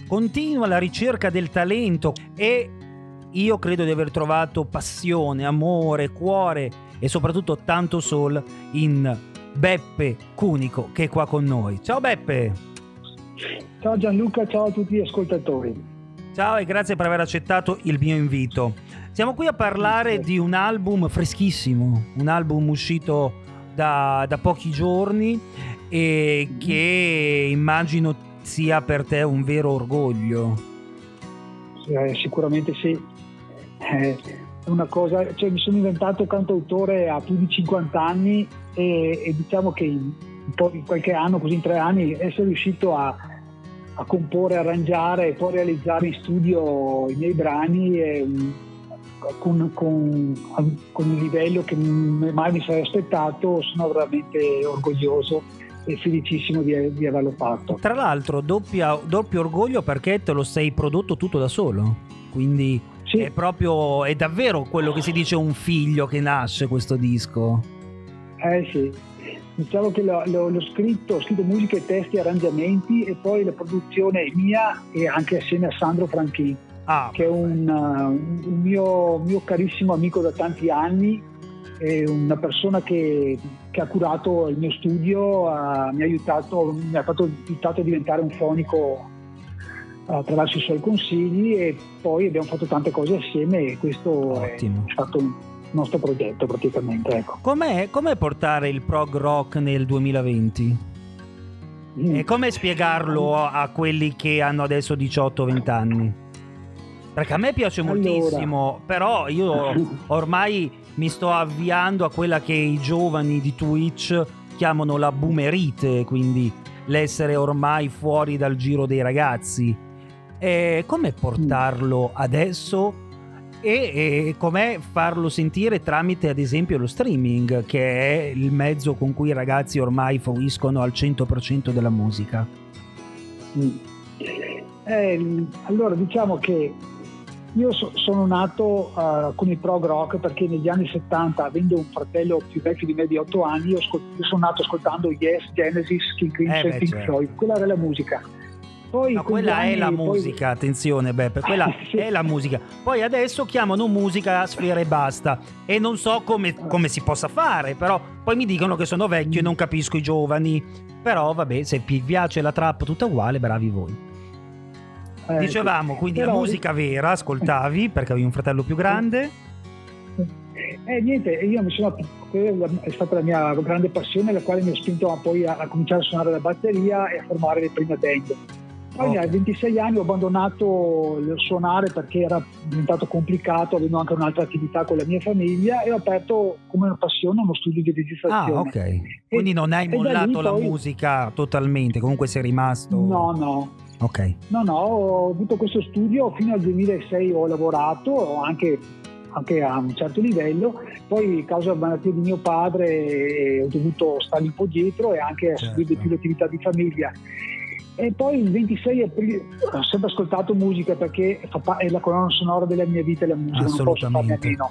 continua alla ricerca del talento e io credo di aver trovato passione, amore, cuore e soprattutto tanto soul in Beppe Cunico, che è qua con noi. Ciao Beppe! Ciao Gianluca, ciao a tutti gli ascoltatori. Ciao e grazie per aver accettato il mio invito. Siamo qui a parlare di un album freschissimo, un album uscito da pochi giorni e che immagino sia per te un vero orgoglio. Sicuramente sì. È una cosa, cioè mi sono inventato cantautore a più di 50 anni e diciamo che in qualche anno, così in 3 anni, essere riuscito a comporre, arrangiare e poi realizzare in studio i miei brani con un livello che mai mi sarei aspettato, sono veramente orgoglioso e felicissimo di averlo fatto. Tra l'altro doppio orgoglio perché te lo sei prodotto tutto da solo, quindi sì. È davvero quello che si dice un figlio che nasce questo disco. Sì, diciamo che l'ho scritto, ho scritto musiche, testi, arrangiamenti e poi la produzione è mia e anche assieme a Sandro Franchin, che è un mio carissimo amico da tanti anni, è una persona che ha curato il mio studio, mi ha aiutato a diventare un fonico attraverso i suoi consigli e poi abbiamo fatto tante cose assieme e questo è stato il nostro progetto praticamente. Ecco. Com'è portare il prog rock nel 2020? E come spiegarlo a quelli che hanno adesso 18-20 anni? Perché a me piace moltissimo, però io ormai mi sto avviando a quella che i giovani di Twitch chiamano la boomerite, quindi l'essere ormai fuori dal giro dei ragazzi. Come portarlo adesso e com'è farlo sentire tramite ad esempio lo streaming, che è il mezzo con cui i ragazzi ormai fruiscono al 100% della musica? Allora diciamo che io sono nato con il prog rock perché negli anni 70, avendo un fratello più vecchio di me di 8 anni, io sono nato ascoltando Yes, Genesis, King Crimson e Pink Floyd. Quella era la musica. Poi no, quella è la musica, attenzione Beppe, quella è la musica. Poi adesso chiamano musica sfera e basta e non so come si possa fare, però poi mi dicono che sono vecchio e non capisco i giovani, però vabbè, se vi piace la trap tutta uguale, bravi voi. Dicevamo, quindi però la musica vera ascoltavi perché avevi un fratello più grande. Niente, io è stata la mia grande passione, la quale mi ha spinto poi a cominciare a suonare la batteria e a formare le prime band. Poi a 26 anni ho abbandonato il suonare perché era diventato complicato, avendo anche un'altra attività con la mia famiglia, e ho aperto come una passione uno studio di registrazione. Ok. Quindi non hai mollato la musica totalmente, comunque sei rimasto... No. Ok. No, ho avuto questo studio fino al 2006, ho lavorato anche a un certo livello, poi a causa della malattia di mio padre ho dovuto stargli un po' dietro e anche a seguire più l'attività di famiglia. E poi il 26 aprile ho sempre ascoltato musica perché è la colonna sonora della mia vita, la musica, non posso farne a meno.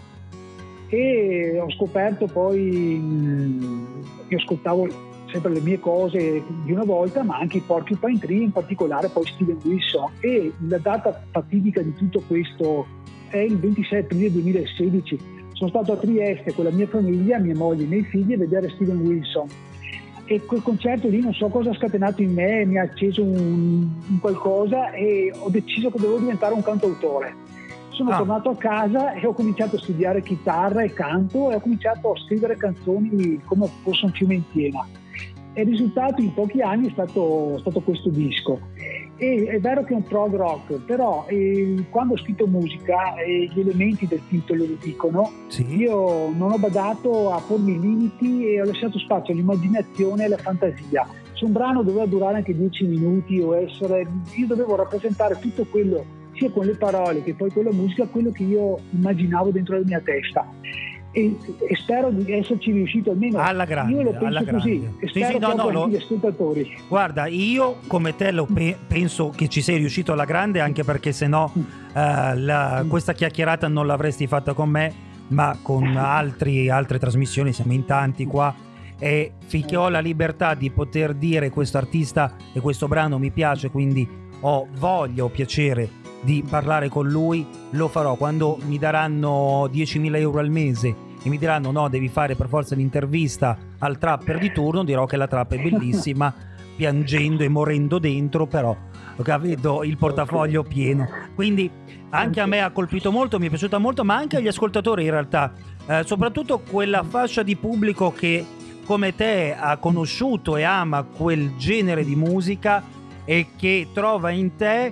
E ho scoperto poi, io ascoltavo sempre le mie cose di una volta, ma anche i Porcupine Tree, in particolare poi Steven Wilson, e la data fatidica di tutto questo è il 26 aprile 2016. Sono stato a Trieste con la mia famiglia, mia moglie e i miei figli a vedere Steven Wilson. E quel concerto lì non so cosa ha scatenato in me, mi ha acceso un qualcosa e ho deciso che dovevo diventare un cantautore. Sono tornato a casa e ho cominciato a studiare chitarra e canto e ho cominciato a scrivere canzoni come fosse un fiume in piena. E il risultato in pochi anni è stato questo disco. E è vero che è un prog rock, però quando ho scritto musica gli elementi del titolo lo dicono, io non ho badato a pormi limiti e ho lasciato spazio all'immaginazione e alla fantasia. Se un brano doveva durare anche 10 minuti io dovevo rappresentare tutto quello, sia con le parole che poi con la musica, quello che io immaginavo dentro la mia testa. E spero di esserci riuscito almeno alla grande, io lo penso così grande. E spero gli ascoltatori. Guarda, io come te penso che ci sei riuscito alla grande, anche perché sennò questa chiacchierata non l'avresti fatta con me, ma con altre trasmissioni, siamo in tanti qua, e finché ho la libertà di poter dire questo artista e questo brano mi piace, quindi ho voglia o piacere di parlare con lui, lo farò. Quando mi daranno 10.000 euro al mese e mi diranno no, devi fare per forza l'intervista al trapper di turno, dirò che la trap è bellissima, piangendo e morendo dentro, però vedo il portafoglio pieno. Quindi anche a me ha colpito molto, mi è piaciuta molto, ma anche agli ascoltatori in realtà, soprattutto quella fascia di pubblico che come te ha conosciuto e ama quel genere di musica e che trova in te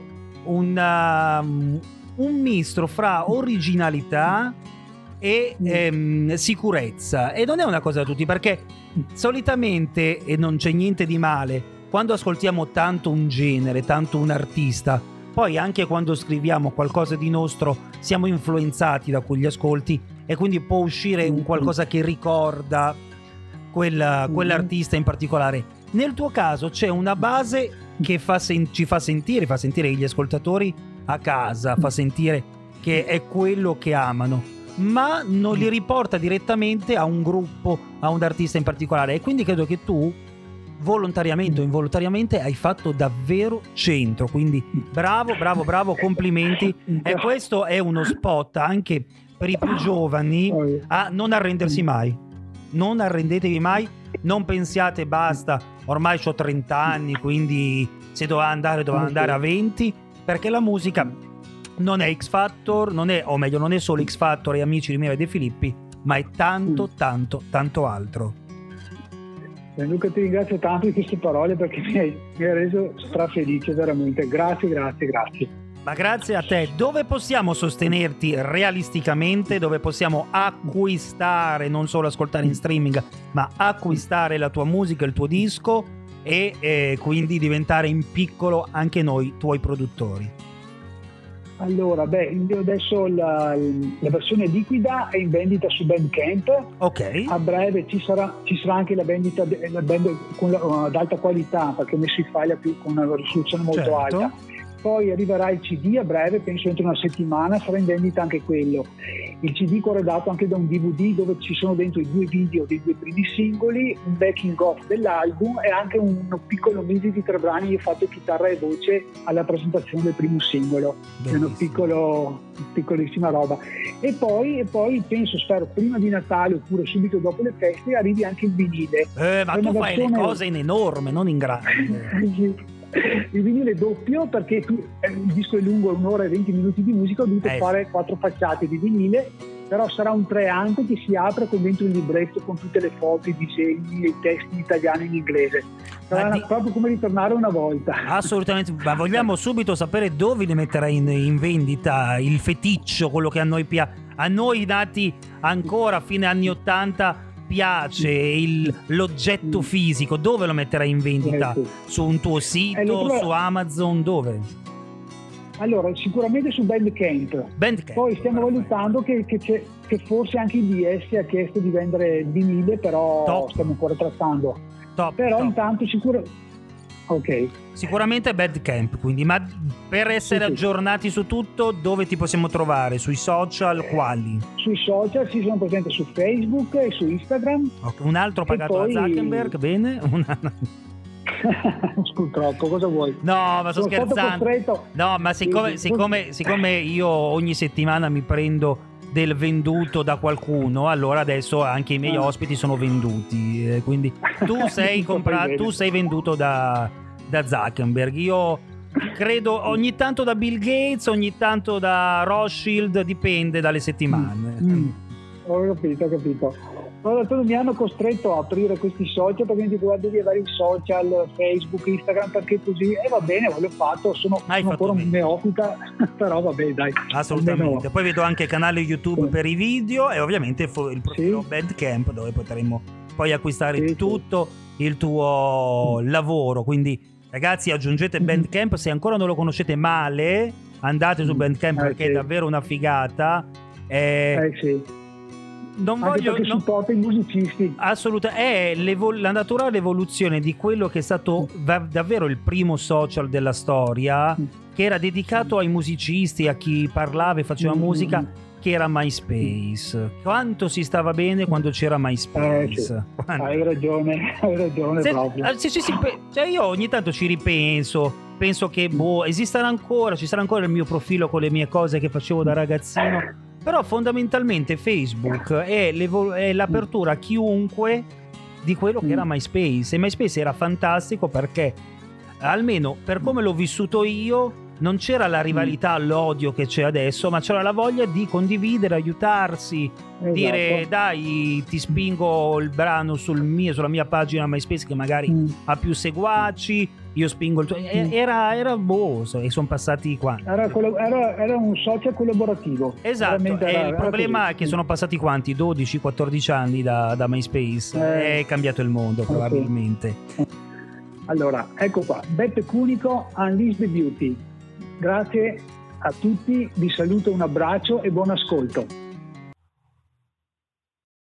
un misto fra originalità e sicurezza. E non è una cosa da tutti, perché solitamente, e non c'è niente di male, quando ascoltiamo tanto un genere, tanto un artista, poi anche quando scriviamo qualcosa di nostro siamo influenzati da quegli ascolti e quindi può uscire un qualcosa che ricorda quell'artista in particolare. Nel tuo caso c'è una base che ci fa sentire gli ascoltatori a casa, fa sentire che è quello che amano, ma non li riporta direttamente a un gruppo, a un artista in particolare. E quindi credo che tu volontariamente o involontariamente hai fatto davvero centro, quindi bravo, complimenti. E questo è uno spot anche per i più giovani a non arrendersi mai. Non arrendetevi mai, non pensiate basta, ormai ho 30 anni, quindi se doveva andare a 20, perché la musica non è X Factor, non è solo X Factor e Amici di Mira e De Filippi, ma è tanto altro. Luca, ti ringrazio tanto di queste parole, perché mi hai reso strafelice veramente. Grazie. Ma grazie a te. Dove possiamo sostenerti realisticamente? Dove possiamo acquistare, non solo ascoltare in streaming, ma acquistare la tua musica, il tuo disco e quindi diventare in piccolo anche noi tuoi produttori? Allora, adesso la versione liquida è in vendita su Bandcamp. Ok. A breve ci sarà anche la vendita la band ad alta qualità, perché ho messo i file con una risoluzione molto alta. Poi arriverà il CD a breve, penso entro una settimana, sarà in vendita anche quello. Il CD corredato anche da un DVD dove ci sono dentro i 2 video dei 2 primi singoli, un backing off dell'album e anche un piccolo midi di 3 brani che ho fatto chitarra e voce alla presentazione del primo singolo. Bellissimo. È una piccolissima roba. E poi spero prima di Natale oppure subito dopo le feste arrivi anche il vinile. Ma tu fai le cose in enorme, non in grande. Il vinile doppio, perché il disco è lungo, 1 ora e 20 minuti di musica, ho dovuto fare 4 facciate di vinile, però sarà un treante che si apre con dentro il libretto con tutte le foto, i disegni e i testi in italiano e in inglese. Sarà proprio come ritornare una volta. Assolutamente, ma vogliamo subito sapere dove li metterai in vendita, il feticcio, quello che a noi a noi nati ancora a fine anni 80 piace, l'oggetto fisico, dove lo metterai in vendita? Su un tuo sito, su Amazon, dove? Allora, sicuramente su Bandcamp. Poi stiamo valutando che forse anche il DS ha chiesto di vendere il vinile, però stiamo ancora trattando. Intanto sicuramente Bandcamp, quindi. Ma per essere aggiornati su tutto, dove ti possiamo trovare? Sui social quali? Sui social sono presente su Facebook e su Instagram. Un altro pagato da Zuckerberg, bene? Purtroppo, cosa vuoi? No, ma sto scherzando. No, ma siccome io ogni settimana mi prendo del venduto da qualcuno, allora adesso anche i miei ospiti sono venduti, quindi tu sei venduto da Zuckerberg. Io credo ogni tanto da Bill Gates, ogni tanto da Rothschild, dipende dalle settimane. Ho capito. Allora, mi hanno costretto a aprire questi social, perché mi dico devi avere i social, Facebook, Instagram, perché così, va bene, l'ho fatto, sono ancora un neofita, però va bene, dai. Assolutamente. Poi vedo anche canale YouTube per i video e ovviamente il profilo Bandcamp, dove potremo poi acquistare tutto il tuo lavoro. Quindi ragazzi, aggiungete Bandcamp, se ancora non lo conoscete male, andate su Bandcamp perché è davvero una figata. Non voglio supporta i musicisti. Assolutamente, è la naturale evoluzione di quello che è stato davvero il primo social della storia, che era dedicato ai musicisti, a chi parlava e faceva musica, che era MySpace. Quanto si stava bene quando c'era MySpace. Hai ragione proprio. Io ogni tanto ci ripenso penso che esistano ancora, ci sarà ancora il mio profilo con le mie cose che facevo da ragazzino, però fondamentalmente Facebook è l'apertura a chiunque di quello che era MySpace, e MySpace era fantastico perché, almeno per come l'ho vissuto io, non c'era la rivalità, l'odio che c'è adesso, ma c'era la voglia di condividere, aiutarsi, dire dai, ti spingo il brano sulla mia pagina MySpace che magari ha più seguaci, io spingo il tuo. Era e sono passati qua. Era un social collaborativo. Esatto, il problema è che sono passati quanti? 12-14 anni da MySpace, è cambiato il mondo probabilmente. Allora, ecco qua, Beppe Cunico, Unleash the Beauty. Grazie a tutti, vi saluto, un abbraccio e buon ascolto.